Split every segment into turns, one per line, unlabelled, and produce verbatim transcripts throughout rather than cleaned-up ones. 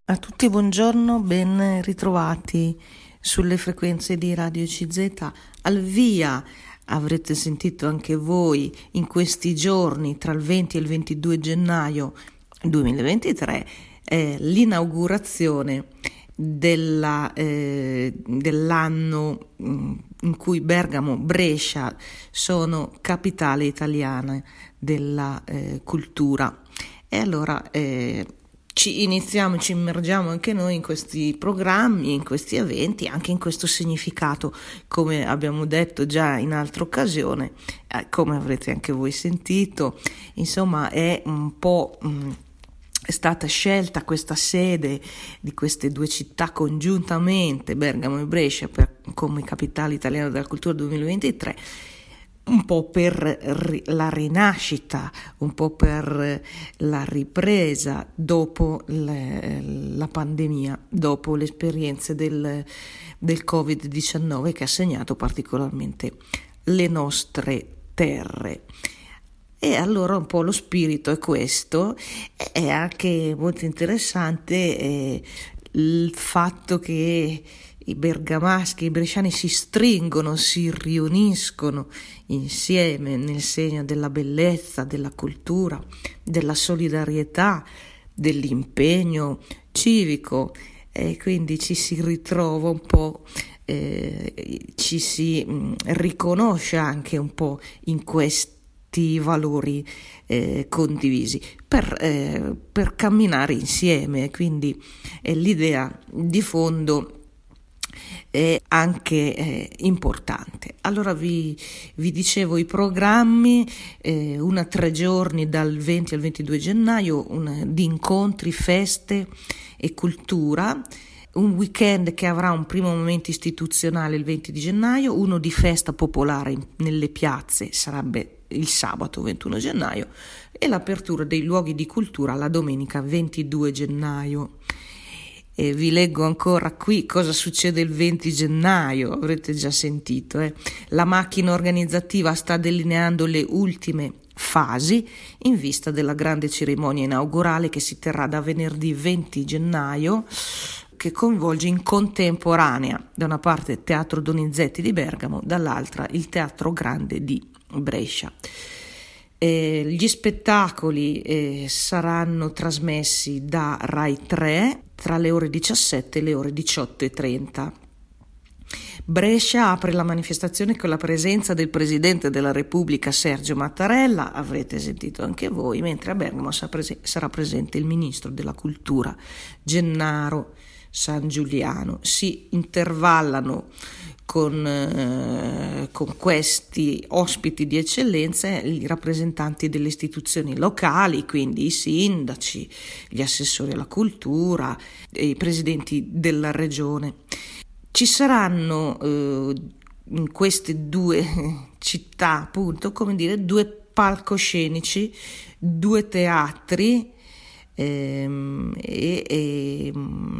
A tutti buongiorno, ben ritrovati sulle frequenze di Radio C Z. Al via avrete sentito anche voi in questi giorni tra il venti e il ventidue gennaio duemilaventitré eh, l'inaugurazione della, eh, dell'anno in cui Bergamo, Brescia sono capitale italiana della eh, cultura. E allora eh, ci iniziamo, ci immergiamo anche noi in questi programmi, in questi eventi, anche in questo significato, come abbiamo detto già in altra occasione, eh, come avrete anche voi sentito. Insomma, è un po' mh, è stata scelta questa sede di queste due città congiuntamente, Bergamo e Brescia, per, come capitale italiana della cultura duemilaventitré, un po' per la rinascita, un po' per la ripresa dopo le, la pandemia, dopo le esperienze del, del covid diciannove che ha segnato particolarmente le nostre terre. E allora un po' lo spirito è questo. È anche molto interessante eh, il fatto che i bergamaschi, i bresciani si stringono, si riuniscono insieme nel segno della bellezza, della cultura, della solidarietà, dell'impegno civico, e quindi ci si ritrova un po', eh, ci si mh, riconosce anche un po' in questi valori eh, condivisi per, eh, per camminare insieme. Quindi è l'idea di fondo è anche eh, importante. Allora vi, vi dicevo i programmi, eh, una tre giorni dal venti al ventidue gennaio, una, di incontri, feste e cultura, un weekend che avrà un primo momento istituzionale il venti di gennaio, uno di festa popolare in, nelle piazze, sarebbe il sabato ventuno gennaio, e l'apertura dei luoghi di cultura la domenica ventidue gennaio. E vi leggo ancora qui cosa succede il venti gennaio, avrete già sentito. Eh? La macchina organizzativa sta delineando le ultime fasi in vista della grande cerimonia inaugurale che si terrà da venerdì venti gennaio, che coinvolge in contemporanea da una parte il Teatro Donizetti di Bergamo, dall'altra il Teatro Grande di Brescia. Eh, gli spettacoli eh, saranno trasmessi da Rai tre tra le ore diciassette e le ore diciotto e trenta. Brescia apre la manifestazione con la presenza del Presidente della Repubblica Sergio Mattarella, avrete sentito anche voi, mentre a Bergamo sarà presente il Ministro della Cultura Gennaro Sangiuliano. Si intervallano Con, eh, con questi ospiti di eccellenza i rappresentanti delle istituzioni locali, quindi i sindaci, gli assessori alla cultura, i presidenti della regione. Ci saranno eh, in queste due città, appunto, come dire, due palcoscenici, due teatri ehm, e, e,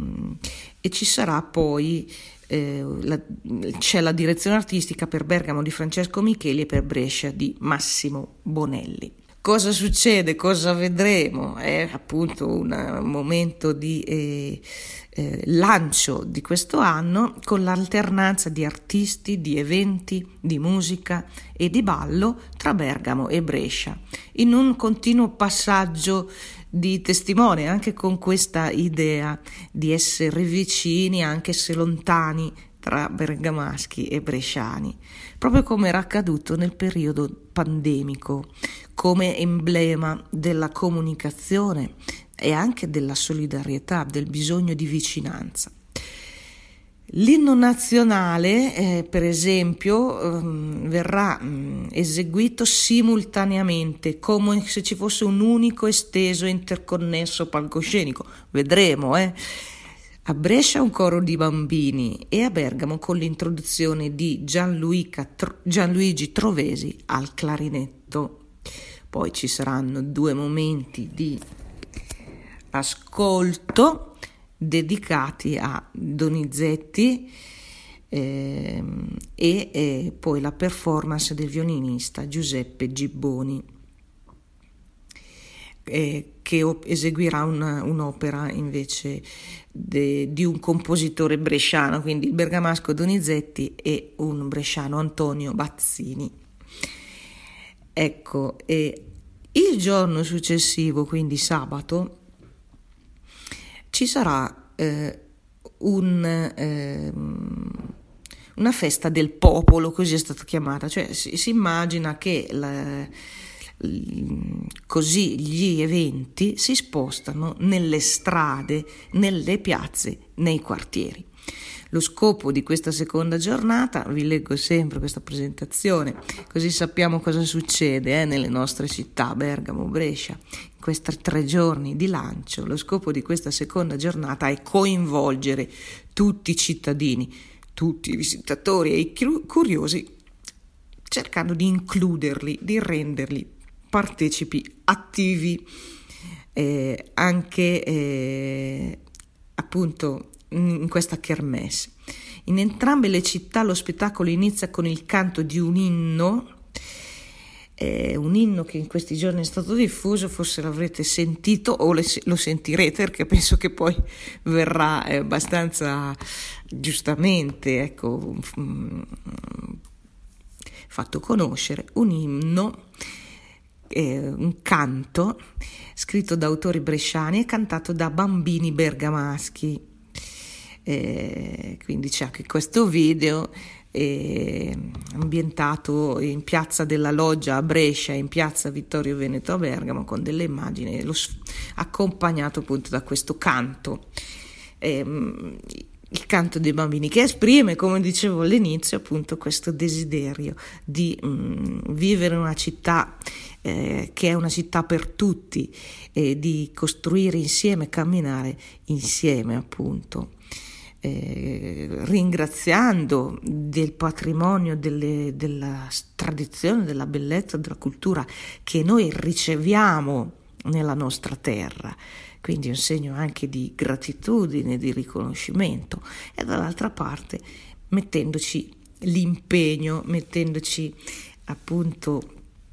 e ci sarà poi Eh, la, c'è la direzione artistica per Bergamo di Francesco Micheli e per Brescia di Massimo Bonelli. Cosa succede? Cosa vedremo? È appunto un momento di eh, eh, lancio di questo anno, con l'alternanza di artisti, di eventi, di musica e di ballo tra Bergamo e Brescia, in un continuo passaggio di testimone, anche con questa idea di essere vicini anche se lontani tra bergamaschi e bresciani, proprio come era accaduto nel periodo pandemico, come emblema della comunicazione e anche della solidarietà, del bisogno di vicinanza. L'inno nazionale, eh, per esempio, ehm, verrà mh, eseguito simultaneamente, come se ci fosse un unico, esteso e interconnesso palcoscenico. Vedremo, eh? A Brescia un coro di bambini e a Bergamo con l'introduzione di Gianluica, Gianluigi Trovesi al clarinetto. Poi ci saranno due momenti di ascolto dedicati a Donizetti eh, e, e poi la performance del violinista Giuseppe Gibboni. eh, che op- eseguirà una, un'opera invece de, di un compositore bresciano, quindi il bergamasco Donizetti e un bresciano, Antonio Bazzini. Ecco, e il giorno successivo, quindi sabato, ci sarà eh, un, eh, una festa del popolo, così è stata chiamata, cioè si, si immagina che la, così gli eventi si spostano nelle strade, nelle piazze, nei quartieri. Lo scopo di questa seconda giornata, vi leggo sempre questa presentazione, così sappiamo cosa succede eh, nelle nostre città, Bergamo, Brescia, in questi tre giorni di lancio. Lo scopo di questa seconda giornata è coinvolgere tutti i cittadini, tutti i visitatori e i curiosi, cercando di includerli, di renderli partecipi attivi, eh, anche eh, appunto in questa kermesse. In entrambe le città lo spettacolo inizia con il canto di un inno, eh, un inno che in questi giorni è stato diffuso, forse l'avrete sentito o le, lo sentirete, perché penso che poi verrà eh, abbastanza giustamente ecco, mh, fatto conoscere, un inno, eh, un canto scritto da autori bresciani e cantato da bambini bergamaschi. Eh, quindi c'è anche questo video eh, ambientato in piazza della Loggia a Brescia, in piazza Vittorio Veneto a Bergamo, con delle immagini, lo, accompagnato appunto da questo canto, eh, il canto dei bambini, che esprime, come dicevo all'inizio, appunto questo desiderio di mh, vivere in una città eh, che è una città per tutti, e di costruire insieme, camminare insieme, appunto. Eh, ringraziando del patrimonio, delle, della tradizione, della bellezza, della cultura che noi riceviamo nella nostra terra, quindi un segno anche di gratitudine, di riconoscimento, e dall'altra parte mettendoci l'impegno, mettendoci appunto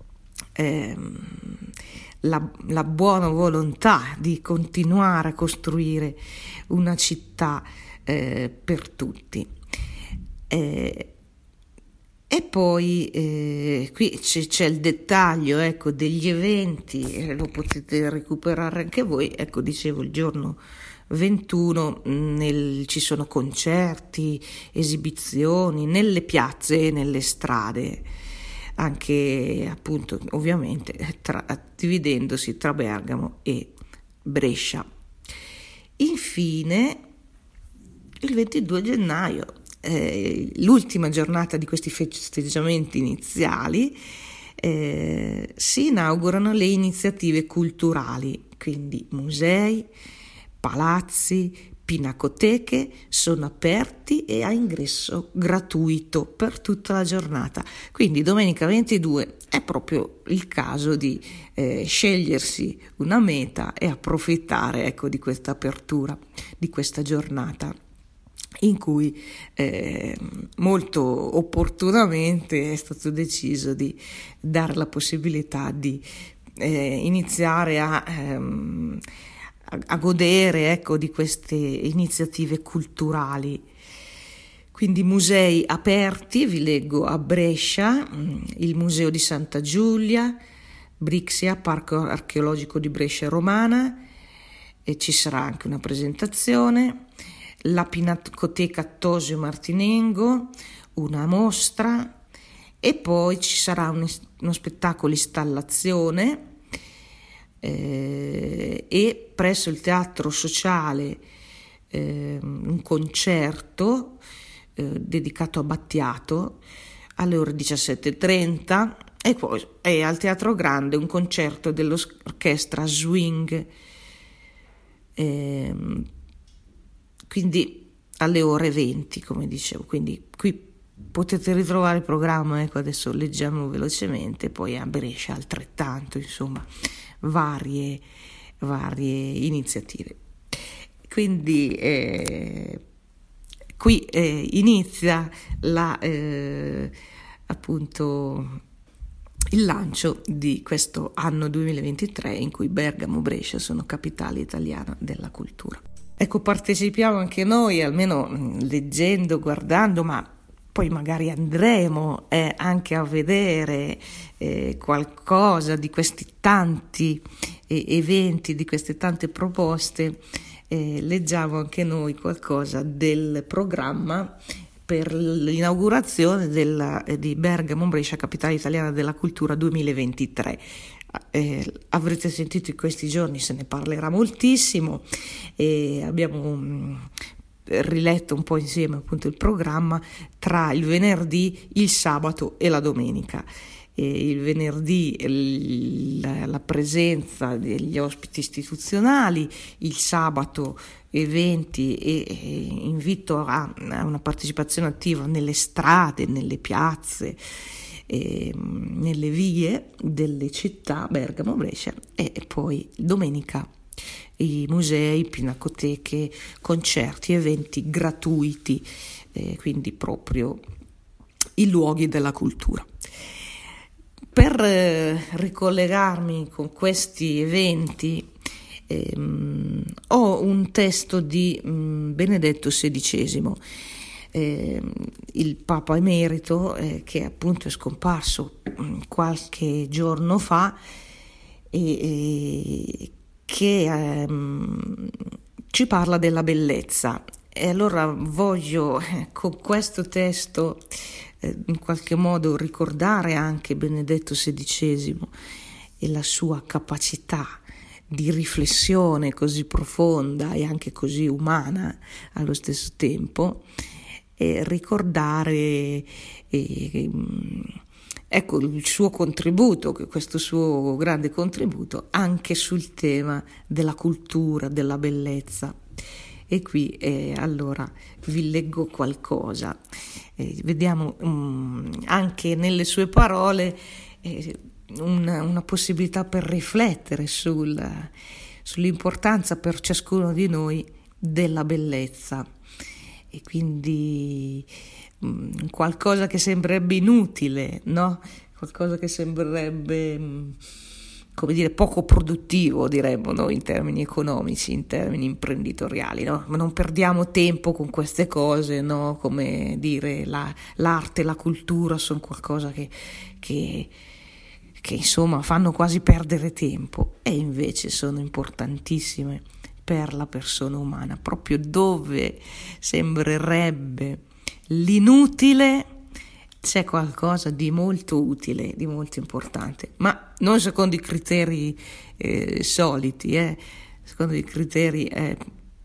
ehm, la, la buona volontà di continuare a costruire una città Eh, per tutti. Eh, e poi eh, qui c'è, c'è il dettaglio ecco, degli eventi, eh, lo potete recuperare anche voi. Ecco, dicevo, il giorno ventuno nel, ci sono concerti, esibizioni nelle piazze e nelle strade, anche appunto ovviamente tra, dividendosi tra Bergamo e Brescia. Infine, il ventidue gennaio, eh, l'ultima giornata di questi festeggiamenti iniziali, eh, si inaugurano le iniziative culturali, quindi musei, palazzi, pinacoteche sono aperti e a ingresso gratuito per tutta la giornata. Quindi domenica ventidue è proprio il caso di eh, scegliersi una meta e approfittare ecco, di questa apertura, di questa giornata, in cui eh, molto opportunamente è stato deciso di dare la possibilità di eh, iniziare a, ehm, a, a godere ecco, di queste iniziative culturali. Quindi musei aperti, vi leggo a Brescia, il Museo di Santa Giulia, Brixia, Parco Archeologico di Brescia Romana, e ci sarà anche una presentazione. La Pinacoteca Tosio Martinengo, una mostra, e poi ci sarà un, uno spettacolo installazione eh, e presso il Teatro Sociale eh, un concerto eh, dedicato a Battiato alle ore diciassette e trenta, e poi è al Teatro Grande un concerto dell'orchestra Swing, eh, quindi alle ore venti, come dicevo. Quindi qui potete ritrovare il programma, ecco, adesso leggiamo velocemente, poi a Brescia altrettanto, insomma, varie, varie iniziative. Quindi eh, qui eh, inizia la, eh, appunto il lancio di questo anno duemilaventitré in cui Bergamo e Brescia sono capitale italiana della cultura. Ecco, partecipiamo anche noi, almeno leggendo, guardando, ma poi magari andremo eh, anche a vedere eh, qualcosa di questi tanti eh, eventi, di queste tante proposte. Eh, leggiamo anche noi qualcosa del programma per l'inaugurazione della, eh, di Bergamo Brescia Capitale Italiana della Cultura duemilaventitré. Eh, avrete sentito in questi giorni, se ne parlerà moltissimo, e abbiamo mh, riletto un po' insieme appunto il programma tra il venerdì, il sabato e la domenica. E il venerdì la, la presenza degli ospiti istituzionali, il sabato eventi e, e invito a, a una partecipazione attiva nelle strade, nelle piazze, e, nelle vie delle città Bergamo, Brescia, e, e poi domenica i musei, pinacoteche, concerti, eventi gratuiti, eh, quindi proprio i luoghi della cultura. Per eh, ricollegarmi con questi eventi ehm, ho un testo di mh, Benedetto sedicesimo, eh, il Papa emerito, eh, che appunto è scomparso mh, qualche giorno fa, e, e che ehm, ci parla della bellezza. E allora voglio eh, con questo testo eh, in qualche modo ricordare anche Benedetto sedicesimo e la sua capacità di riflessione così profonda e anche così umana allo stesso tempo, e ricordare eh, ecco il suo contributo, questo suo grande contributo anche sul tema della cultura, della bellezza. E qui eh, allora vi leggo qualcosa, eh, vediamo um, anche nelle sue parole eh, una, una possibilità per riflettere sul, sull'importanza per ciascuno di noi della bellezza, e quindi um, qualcosa che sembrerebbe inutile, no? Qualcosa che sembrerebbe um, come dire, poco produttivo, diremmo noi, in termini economici, in termini imprenditoriali, no? Ma non perdiamo tempo con queste cose, no? Come dire, la, l'arte, la cultura sono qualcosa che, che, che insomma fanno quasi perdere tempo, e invece sono importantissime per la persona umana, proprio dove sembrerebbe l'inutile c'è qualcosa di molto utile, di molto importante, ma non secondo i criteri eh, soliti, eh, secondo i criteri eh,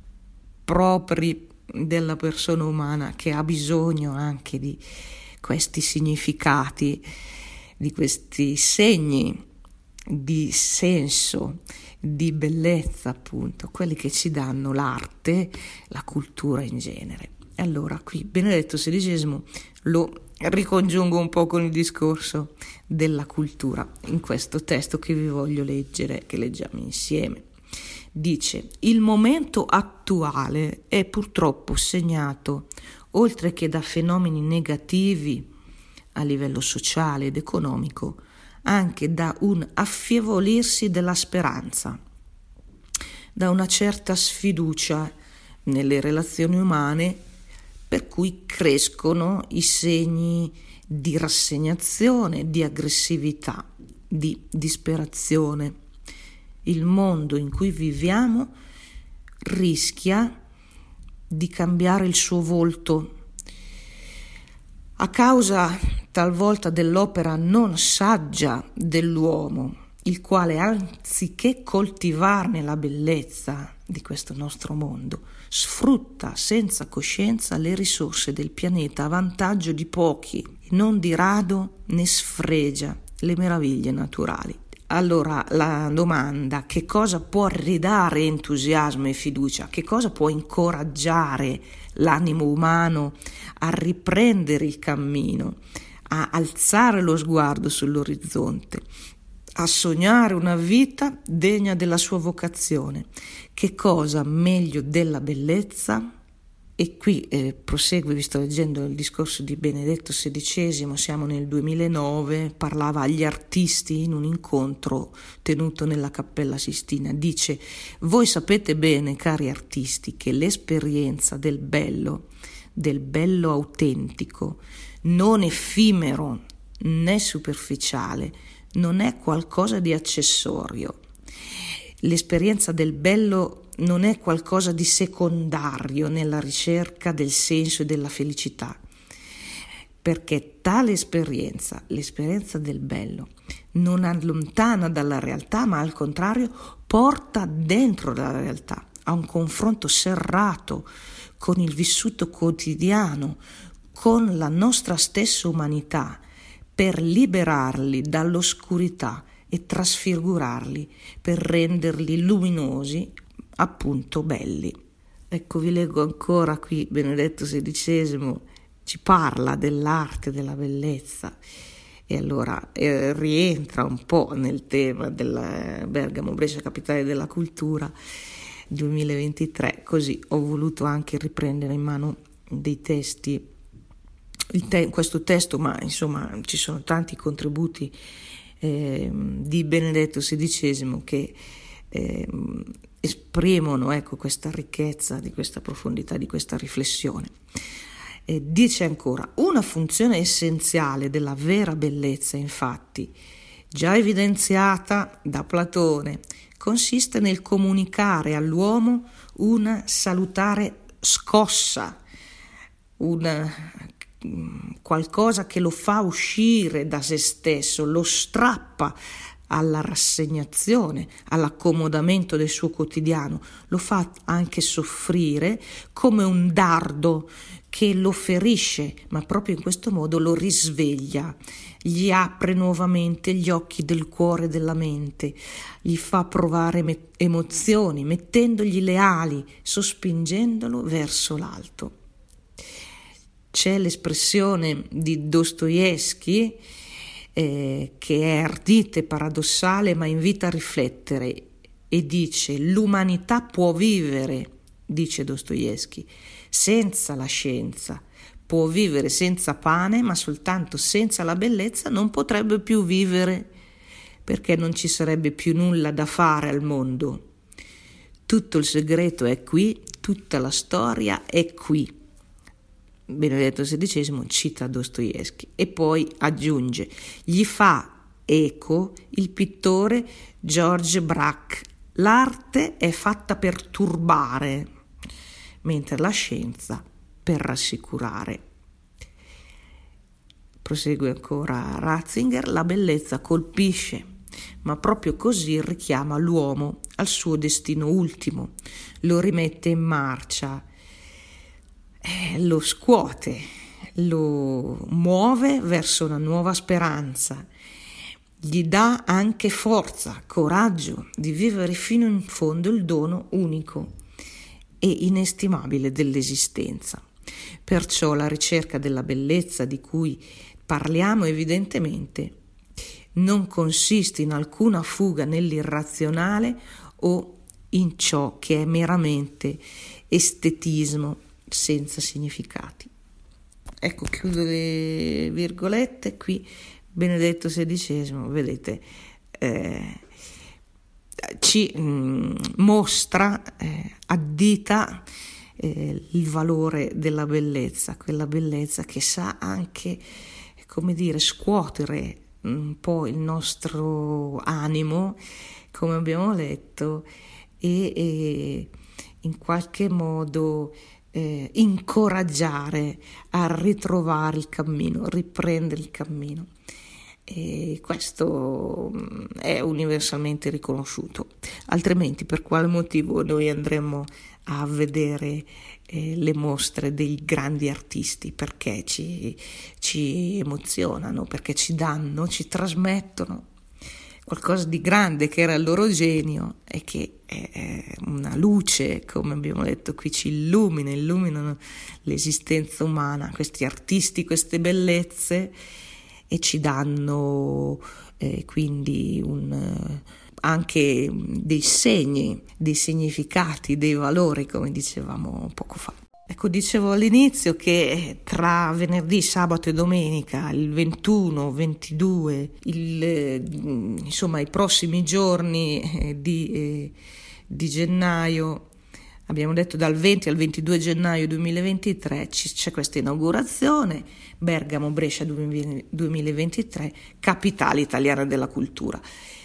propri della persona umana, che ha bisogno anche di questi significati, di questi segni di senso, di bellezza, appunto, quelli che ci danno l'arte, la cultura in genere. E allora qui Benedetto sedicesimo lo ricongiungo un po' con il discorso della cultura in questo testo che vi voglio leggere, che leggiamo insieme. Dice: il momento attuale è purtroppo segnato, oltre che da fenomeni negativi a livello sociale ed economico, anche da un affievolirsi della speranza, da una certa sfiducia nelle relazioni umane, per cui crescono i segni di rassegnazione, di aggressività, di disperazione. Il mondo in cui viviamo rischia di cambiare il suo volto a causa talvolta dell'opera non saggia dell'uomo, il quale, anziché coltivarne la bellezza di questo nostro mondo, sfrutta senza coscienza le risorse del pianeta a vantaggio di pochi, non di rado ne sfregia le meraviglie naturali. Allora la domanda: che cosa può ridare entusiasmo e fiducia? Che cosa può incoraggiare l'animo umano a riprendere il cammino, a alzare lo sguardo sull'orizzonte, a sognare una vita degna della sua vocazione? Che cosa meglio della bellezza? E qui eh, prosegue, vi sto leggendo il discorso di Benedetto sedicesimo, siamo nel duemilanove, parlava agli artisti in un incontro tenuto nella Cappella Sistina. Dice: voi sapete bene, cari artisti, che l'esperienza del bello, del bello autentico, non effimero né superficiale, non è qualcosa di accessorio. L'esperienza del bello non è qualcosa di secondario nella ricerca del senso e della felicità, perché tale esperienza, l'esperienza del bello, non allontana dalla realtà, ma al contrario porta dentro la realtà, a un confronto serrato con il vissuto quotidiano, con la nostra stessa umanità, per liberarli dall'oscurità e trasfigurarli, per renderli luminosi, appunto belli. Ecco, vi leggo ancora qui Benedetto sedicesimo ci parla dell'arte, della bellezza, e allora eh, rientra un po' nel tema della Bergamo Brescia capitale della cultura duemilaventitré. Così ho voluto anche riprendere in mano dei testi, il te- questo testo, ma insomma ci sono tanti contributi eh, di Benedetto sedicesimo che eh, esprimono, ecco, questa ricchezza, di questa profondità, di questa riflessione. E dice ancora: una funzione essenziale della vera bellezza, infatti, già evidenziata da Platone, consiste nel comunicare all'uomo una salutare scossa, una qualcosa che lo fa uscire da se stesso, lo strappa alla rassegnazione, all'accomodamento del suo quotidiano, lo fa anche soffrire come un dardo che lo ferisce, ma proprio in questo modo lo risveglia, gli apre nuovamente gli occhi del cuore e della mente, gli fa provare me- emozioni, mettendogli le ali, sospingendolo verso l'alto. C'è l'espressione di Dostoevskij Eh, che è ardita e paradossale, ma invita a riflettere, e dice: l'umanità può vivere, dice Dostoevskij, senza la scienza, può vivere senza pane, ma soltanto senza la bellezza non potrebbe più vivere, perché non ci sarebbe più nulla da fare al mondo. Tutto il segreto è qui, tutta la storia è qui. Benedetto sedicesimo cita Dostoevskij e poi aggiunge: gli fa eco il pittore George Braque: l'arte è fatta per turbare, mentre la scienza per rassicurare. Prosegue ancora Ratzinger: la bellezza colpisce, ma proprio così richiama l'uomo al suo destino ultimo, lo rimette in marcia, Eh, lo scuote, lo muove verso una nuova speranza, gli dà anche forza, coraggio di vivere fino in fondo il dono unico e inestimabile dell'esistenza. Perciò la ricerca della bellezza di cui parliamo evidentemente non consiste in alcuna fuga nell'irrazionale o in ciò che è meramente estetismo senza significati. Ecco, chiudo le virgolette qui. Benedetto sedicesimo, vedete, eh, ci mh, mostra, eh, addita eh, il valore della bellezza, quella bellezza che sa anche, come dire, scuotere un po' il nostro animo, come abbiamo letto, e, e in qualche modo Eh, incoraggiare a ritrovare il cammino, riprendere il cammino. E questo è universalmente riconosciuto. Altrimenti, per quale motivo noi andremmo a vedere eh, le mostre dei grandi artisti? Perché ci, ci emozionano, perché ci danno, ci trasmettono qualcosa di grande che era il loro genio e che è una luce, come abbiamo detto qui, ci illumina, illuminano l'esistenza umana, questi artisti, queste bellezze, e ci danno eh, quindi un, anche dei segni, dei significati, dei valori, come dicevamo poco fa. Ecco, Ecco, dicevo all'inizio che tra venerdì, sabato e domenica, il ventuno, ventidue, il, eh, insomma i prossimi giorni eh, di, eh, di gennaio, abbiamo detto dal venti al ventidue gennaio duemilaventitré, c- c'è questa inaugurazione, Bergamo Brescia duemilaventitré, capitale italiana della cultura.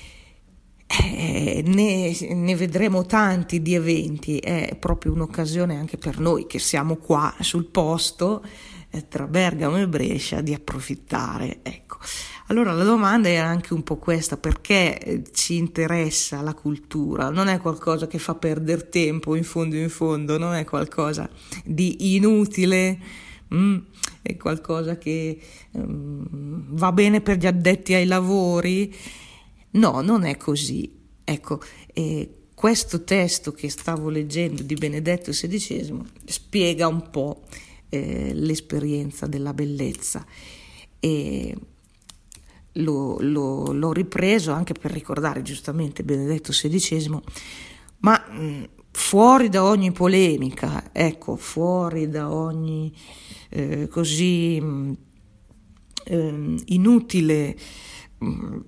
Eh, ne, ne vedremo tanti di eventi, è proprio un'occasione anche per noi che siamo qua sul posto eh, tra Bergamo e Brescia di approfittare. Ecco. Allora la domanda era anche un po' questa: perché ci interessa la cultura? Non è qualcosa che fa perdere tempo, in fondo in fondo, non è qualcosa di inutile, mm, è qualcosa che um, va bene per gli addetti ai lavori. No, non è così. Ecco, eh, questo testo che stavo leggendo di Benedetto sedicesimo spiega un po' eh, l'esperienza della bellezza e lo, lo, l'ho ripreso anche per ricordare giustamente Benedetto sedicesimo, ma mh, fuori da ogni polemica, ecco, fuori da ogni eh, così mh, eh, inutile mh,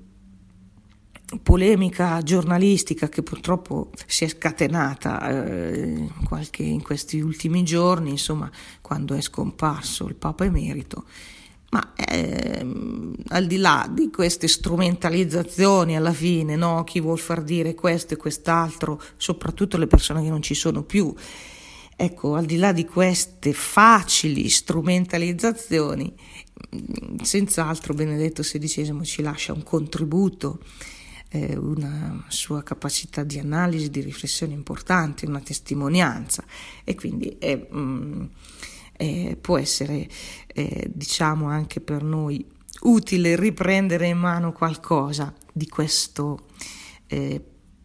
polemica giornalistica che purtroppo si è scatenata eh, qualche, in questi ultimi giorni, insomma, quando è scomparso il Papa Emerito. Ma ehm, al di là di queste strumentalizzazioni alla fine, no? Chi vuol far dire questo e quest'altro, soprattutto le persone che non ci sono più, ecco, al di là di queste facili strumentalizzazioni, senz'altro Benedetto sedicesimo ci lascia un contributo, eh, una sua capacità di analisi, di riflessione importante, una testimonianza, e quindi è, mh, è, può essere eh, diciamo anche per noi utile riprendere in mano qualcosa di questo eh,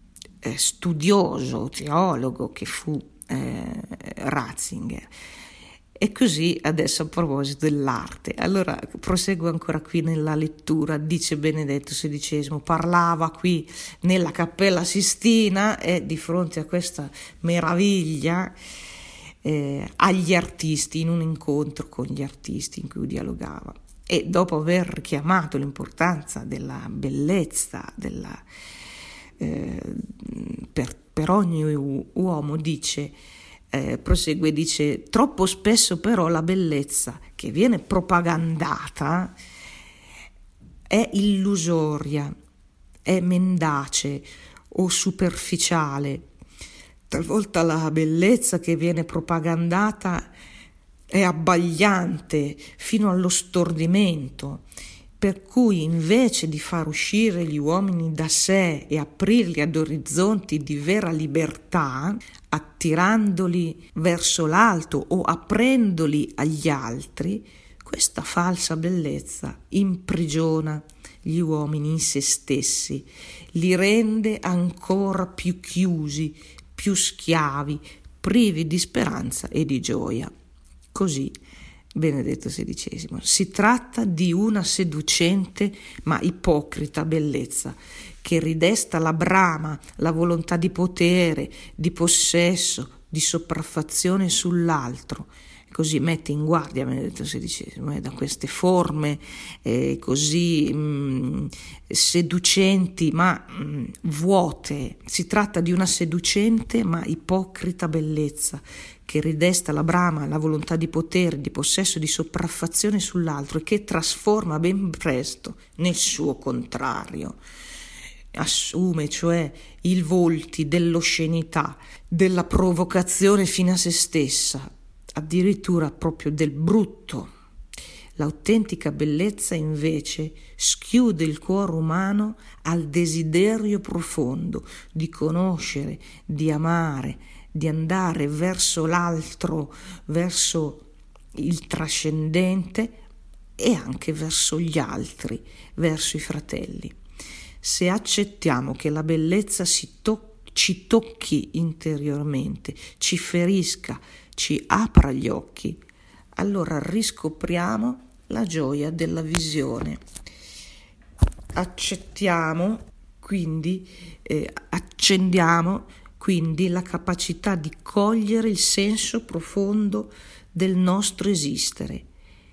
studioso, teologo che fu eh, Ratzinger. E così adesso, a proposito dell'arte, allora proseguo ancora qui nella lettura. Dice Benedetto sedicesimo, parlava qui nella Cappella Sistina e di fronte a questa meraviglia eh, agli artisti, in un incontro con gli artisti in cui dialogava, e dopo aver chiamato l'importanza della bellezza della, eh, per, per ogni u- uomo, dice Eh, prosegue, dice: troppo spesso però la bellezza che viene propagandata è illusoria, è mendace o superficiale. Talvolta la bellezza che viene propagandata è abbagliante fino allo stordimento, per cui invece di far uscire gli uomini da sé e aprirli ad orizzonti di vera libertà, attirandoli verso l'alto o aprendoli agli altri, questa falsa bellezza imprigiona gli uomini in se stessi, li rende ancora più chiusi, più schiavi, privi di speranza e di gioia. Così Benedetto sedicesimo. Si tratta di una seducente ma ipocrita bellezza che ridesta la brama, la volontà di potere, di possesso, di sopraffazione sull'altro. Così mette in guardia Benedetto sedicesimo eh, da queste forme eh, così mh, seducenti ma mh, vuote. Si tratta di una seducente ma ipocrita bellezza che ridesta la brama, la volontà di potere, di possesso, di sopraffazione sull'altro e che trasforma ben presto nel suo contrario. Assume cioè i volti dell'oscenità, della provocazione fino a se stessa, addirittura proprio del brutto. L'autentica bellezza invece schiude il cuore umano al desiderio profondo di conoscere, di amare, di andare verso l'altro, verso il trascendente e anche verso gli altri, verso i fratelli. Se accettiamo che la bellezza si to- ci tocchi interiormente, ci ferisca, ci apra gli occhi, allora riscopriamo la gioia della visione. Accettiamo, quindi, eh, accendiamo quindi la capacità di cogliere il senso profondo del nostro esistere.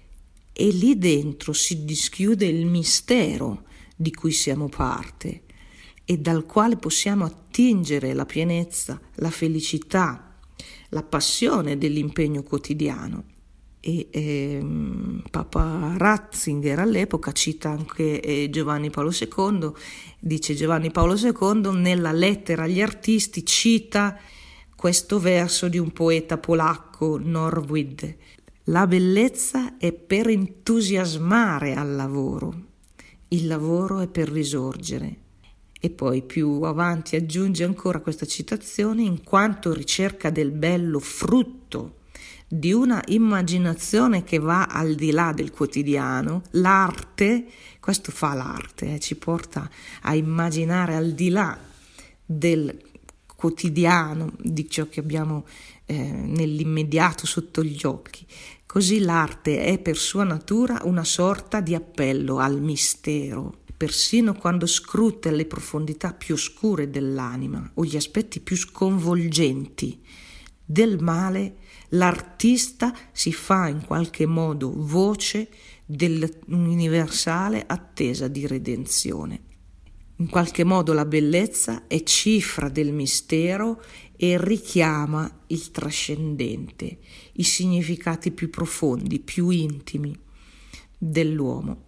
E lì dentro si dischiude il mistero di cui siamo parte e dal quale possiamo attingere la pienezza, la felicità, la passione dell'impegno quotidiano. E ehm, Papa Ratzinger all'epoca cita anche eh, Giovanni Paolo secondo, dice Giovanni Paolo secondo nella lettera agli artisti cita questo verso di un poeta polacco, Norwid: la bellezza è per entusiasmare al lavoro, il lavoro è per risorgere. E poi più avanti aggiunge ancora questa citazione: in quanto ricerca del bello frutto di una immaginazione che va al di là del quotidiano, l'arte, questo fa l'arte, eh, ci porta a immaginare al di là del quotidiano, di ciò che abbiamo eh, nell'immediato sotto gli occhi. Così l'arte è per sua natura una sorta di appello al mistero. Persino quando scruta le profondità più oscure dell'anima o gli aspetti più sconvolgenti del male, l'artista si fa in qualche modo voce dell'universale attesa di redenzione. In qualche modo la bellezza è cifra del mistero e richiama il trascendente, i significati più profondi, più intimi dell'uomo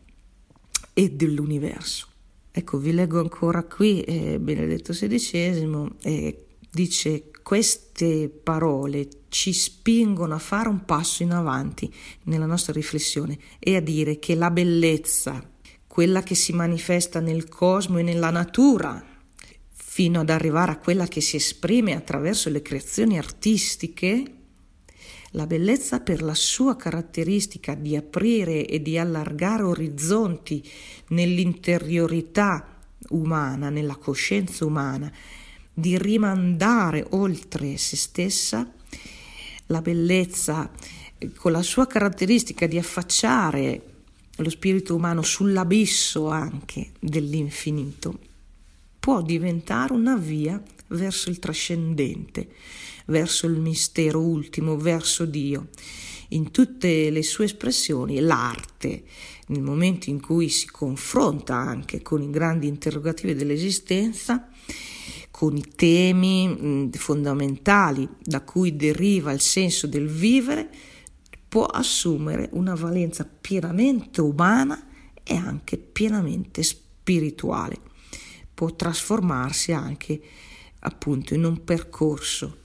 e dell'universo. Ecco, vi leggo ancora qui eh, Benedetto sedicesimo eh, dice: queste parole ci spingono a fare un passo in avanti nella nostra riflessione e a dire che la bellezza, quella che si manifesta nel cosmo e nella natura, fino ad arrivare a quella che si esprime attraverso le creazioni artistiche, la bellezza per la sua caratteristica di aprire e di allargare orizzonti nell'interiorità umana, nella coscienza umana, di rimandare oltre se stessa, la bellezza con la sua caratteristica di affacciare lo spirito umano sull'abisso anche dell'infinito, può diventare una via verso il trascendente, verso il mistero ultimo, verso Dio. In tutte le sue espressioni, l'arte, nel momento in cui si confronta anche con i grandi interrogativi dell'esistenza, con i temi mh, fondamentali da cui deriva il senso del vivere, può assumere una valenza pienamente umana e anche pienamente spirituale. Può trasformarsi anche appunto in un percorso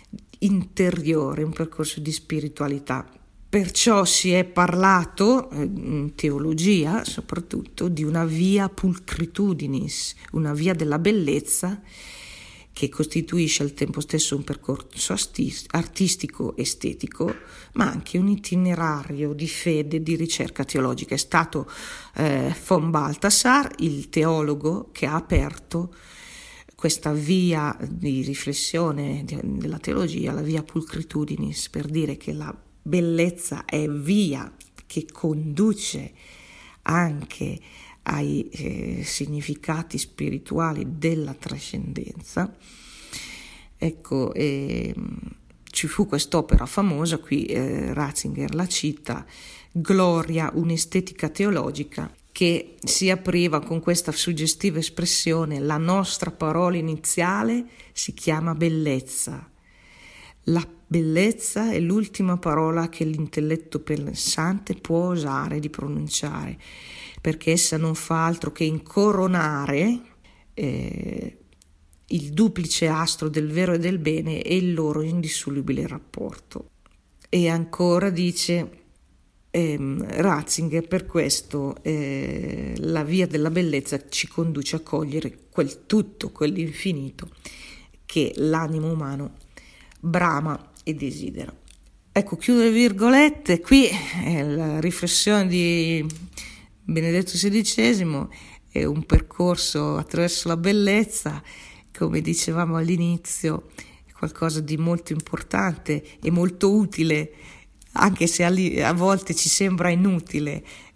interiore, un percorso di spiritualità. Perciò si è parlato in teologia soprattutto di una via pulcritudinis, una via della bellezza che costituisce al tempo stesso un percorso artistico, estetico, ma anche un itinerario di fede, di ricerca teologica. È stato eh, von Balthasar, il teologo, che ha aperto questa via di riflessione della teologia, la via pulcritudinis, per dire che la bellezza è via che conduce anche ai eh, significati spirituali della trascendenza. Ecco, eh, ci fu quest'opera famosa, qui eh, Ratzinger la cita, Gloria, un'estetica teologica, che si apriva con questa suggestiva espressione: la nostra parola iniziale si chiama bellezza. La bellezza è l'ultima parola che l'intelletto pensante può osare di pronunciare, perché essa non fa altro che incoronare eh, il duplice astro del vero e del bene e il loro indissolubile rapporto. E ancora dice ehm, Ratzinger: per questo eh, la via della bellezza ci conduce a cogliere quel tutto, quell'infinito che l'animo umano brama e desidera. Ecco, chiudo le virgolette, qui è la riflessione di Benedetto sedicesimo, è un percorso attraverso la bellezza, come dicevamo all'inizio, è qualcosa di molto importante e molto utile, anche se a volte ci sembra inutile,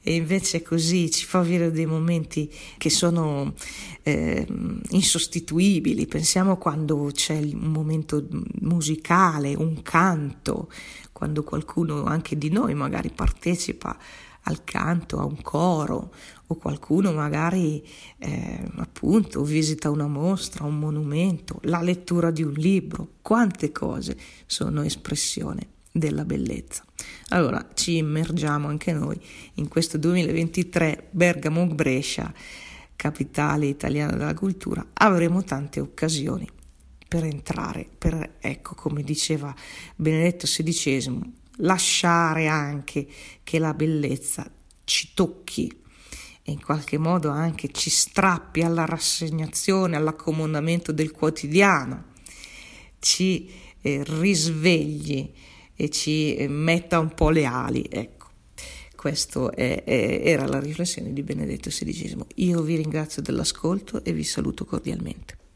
e invece così ci fa vivere dei momenti che sono eh, insostituibili. Pensiamo quando c'è un momento musicale, un canto, quando qualcuno anche di noi magari partecipa al canto, a un coro, o qualcuno magari eh, appunto visita una mostra, un monumento, la lettura di un libro. Quante cose sono espressione della bellezza. Allora ci immergiamo anche noi in questo duemilaventitré. Bergamo-Brescia, capitale italiana della cultura. Avremo tante occasioni per entrare, per, ecco, come diceva Benedetto sedicesimo, lasciare anche che la bellezza ci tocchi e in qualche modo anche ci strappi alla rassegnazione, all'accomodamento del quotidiano, ci eh, risvegli e ci eh, metta un po' le ali. Ecco, questa era la riflessione di Benedetto sedicesimo. Io vi ringrazio dell'ascolto e vi saluto cordialmente.